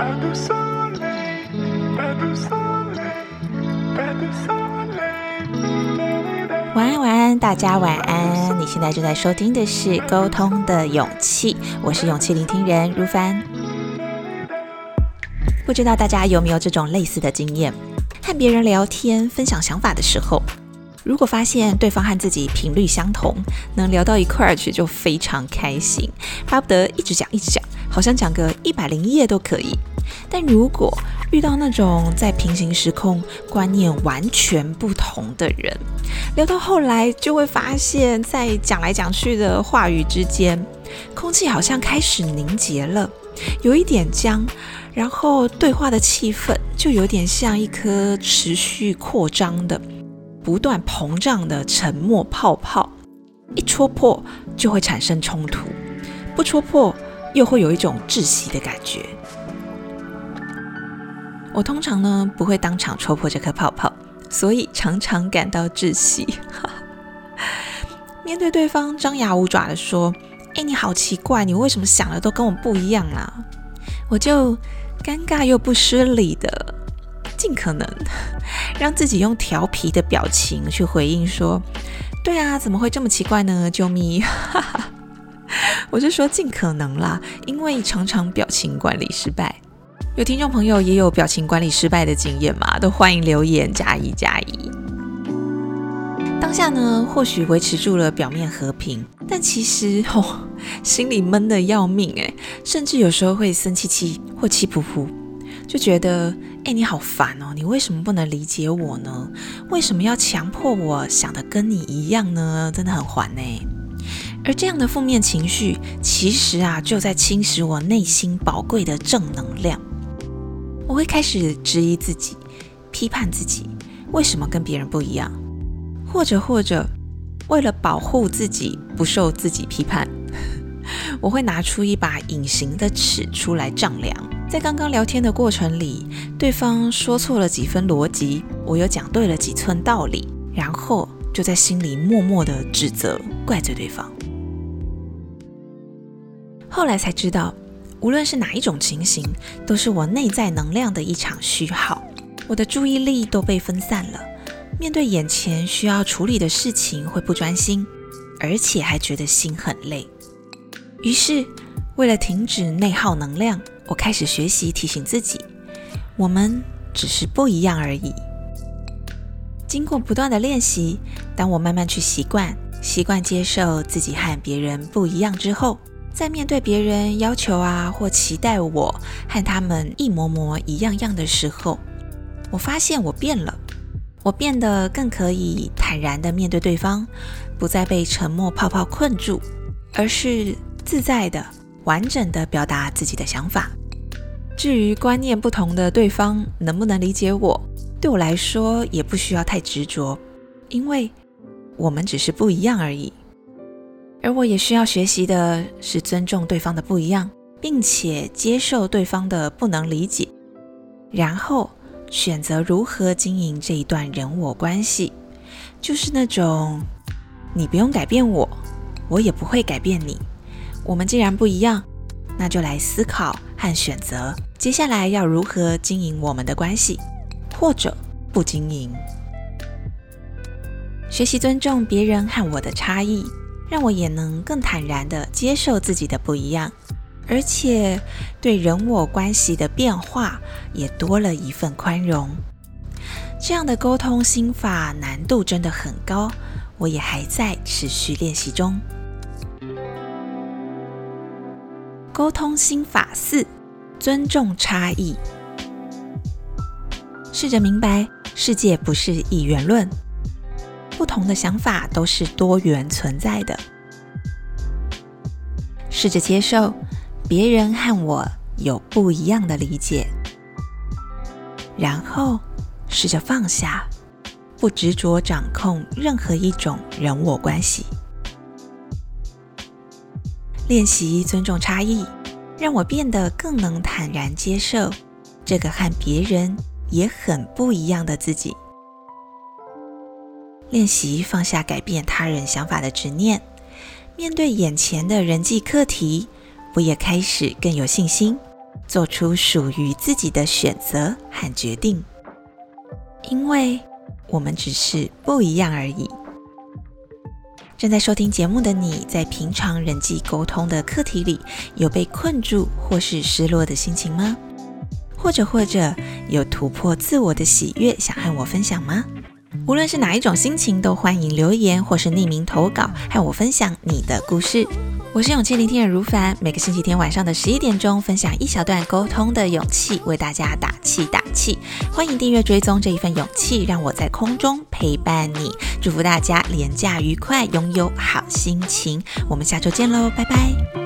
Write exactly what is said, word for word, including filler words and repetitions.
pas de soleil, pas de soleil, pas de soleil. 晚安，晚安，大家晚安。你现在正在收听的是《沟通的勇气》，我是勇气聆听人如凡。不知道大家有没有这种类似的经验？和别人聊天、分享想法的时候，如果发现对方和自己频率相同，能聊到一块儿去，就非常开心，巴不得一直讲一直讲，好像讲个一百零一夜都可以。但如果遇到那种在平行时空观念完全不同的人，聊到后来就会发现，在讲来讲去的话语之间，空气好像开始凝结了，有一点僵，然后对话的气氛就有点像一颗持续扩张的、不断膨胀的沉默泡泡，一戳破就会产生冲突，不戳破又会有一种窒息的感觉。我通常呢不会当场戳破这颗泡泡，所以常常感到窒息。面对对方张牙舞爪的说：“哎，你好奇怪，你为什么想的都跟我不一样啊？”我就尴尬又不失礼的，尽可能让自己用调皮的表情去回应说：“对啊，怎么会这么奇怪呢？救命！”我就说尽可能啦，因为常常表情管理失败。有听众朋友也有表情管理失败的经验吗？都欢迎留言加一加一。当下呢，或许维持住了表面和平，但其实哦，心里闷得要命哎，甚至有时候会生气气或气噗噗，就觉得哎，你好烦哦，你为什么不能理解我呢？为什么要强迫我想的跟你一样呢？真的很烦呢。而这样的负面情绪，其实啊，就在侵蚀我内心宝贵的正能量。我会开始质疑自己，批判自己，为什么跟别人不一样？或者或者，为了保护自己不受自己批判，我会拿出一把隐形的尺出来丈量。在刚刚聊天的过程里，对方说错了几分逻辑，我又讲对了几寸道理，然后就在心里默默的指责、怪罪对方。后来才知道，无论是哪一种情形，都是我内在能量的一场虚耗，我的注意力都被分散了，面对眼前需要处理的事情会不专心，而且还觉得心很累。于是为了停止内耗能量，我开始学习提醒自己，我们只是不一样而已。经过不断的练习，当我慢慢去习惯习惯接受自己和别人不一样之后，在面对别人要求啊或期待我和他们一模模一样样的时候，我发现我变了，我变得更可以坦然地面对对方，不再被沉默泡泡困住，而是自在的、完整的表达自己的想法。至于观念不同的对方能不能理解我，对我来说也不需要太执着，因为我们只是不一样而已。而我也需要学习的是尊重对方的不一样，并且接受对方的不能理解，然后选择如何经营这一段人我关系，就是那种你不用改变我，我也不会改变你，我们既然不一样，那就来思考和选择接下来要如何经营我们的关系，或者不经营。学习尊重别人和我的差异，让我也能更坦然地接受自己的不一样，而且对人我关系的变化也多了一份宽容。这样的沟通心法难度真的很高，我也还在持续练习中。沟通心法四：尊重差异。试着明白，世界不是一元论，不同的想法都是多元存在的。试着接受别人和我有不一样的理解，然后试着放下，不执着掌控任何一种人我关系。练习尊重差异，让我变得更能坦然接受这个和别人也很不一样的自己。练习放下改变他人想法的执念，面对眼前的人际课题，我也开始更有信心， 做出属于自己的选择和决定，因为我们只是不一样而已。正在收听节目的你，在平常人际沟通的课题里，有被困住或是失落的心情吗？或者或者有突破自我的喜悦，想和我分享吗？无论是哪一种心情，都欢迎留言或是匿名投稿，和我分享你的故事。我是勇气聆听人如凡，每个星期天晚上的十一点钟，分享一小段沟通的勇气，为大家打气打气。欢迎订阅追踪这一份勇气，让我在空中陪伴你。祝福大家连假愉快，拥有好心情。我们下周见喽，拜拜。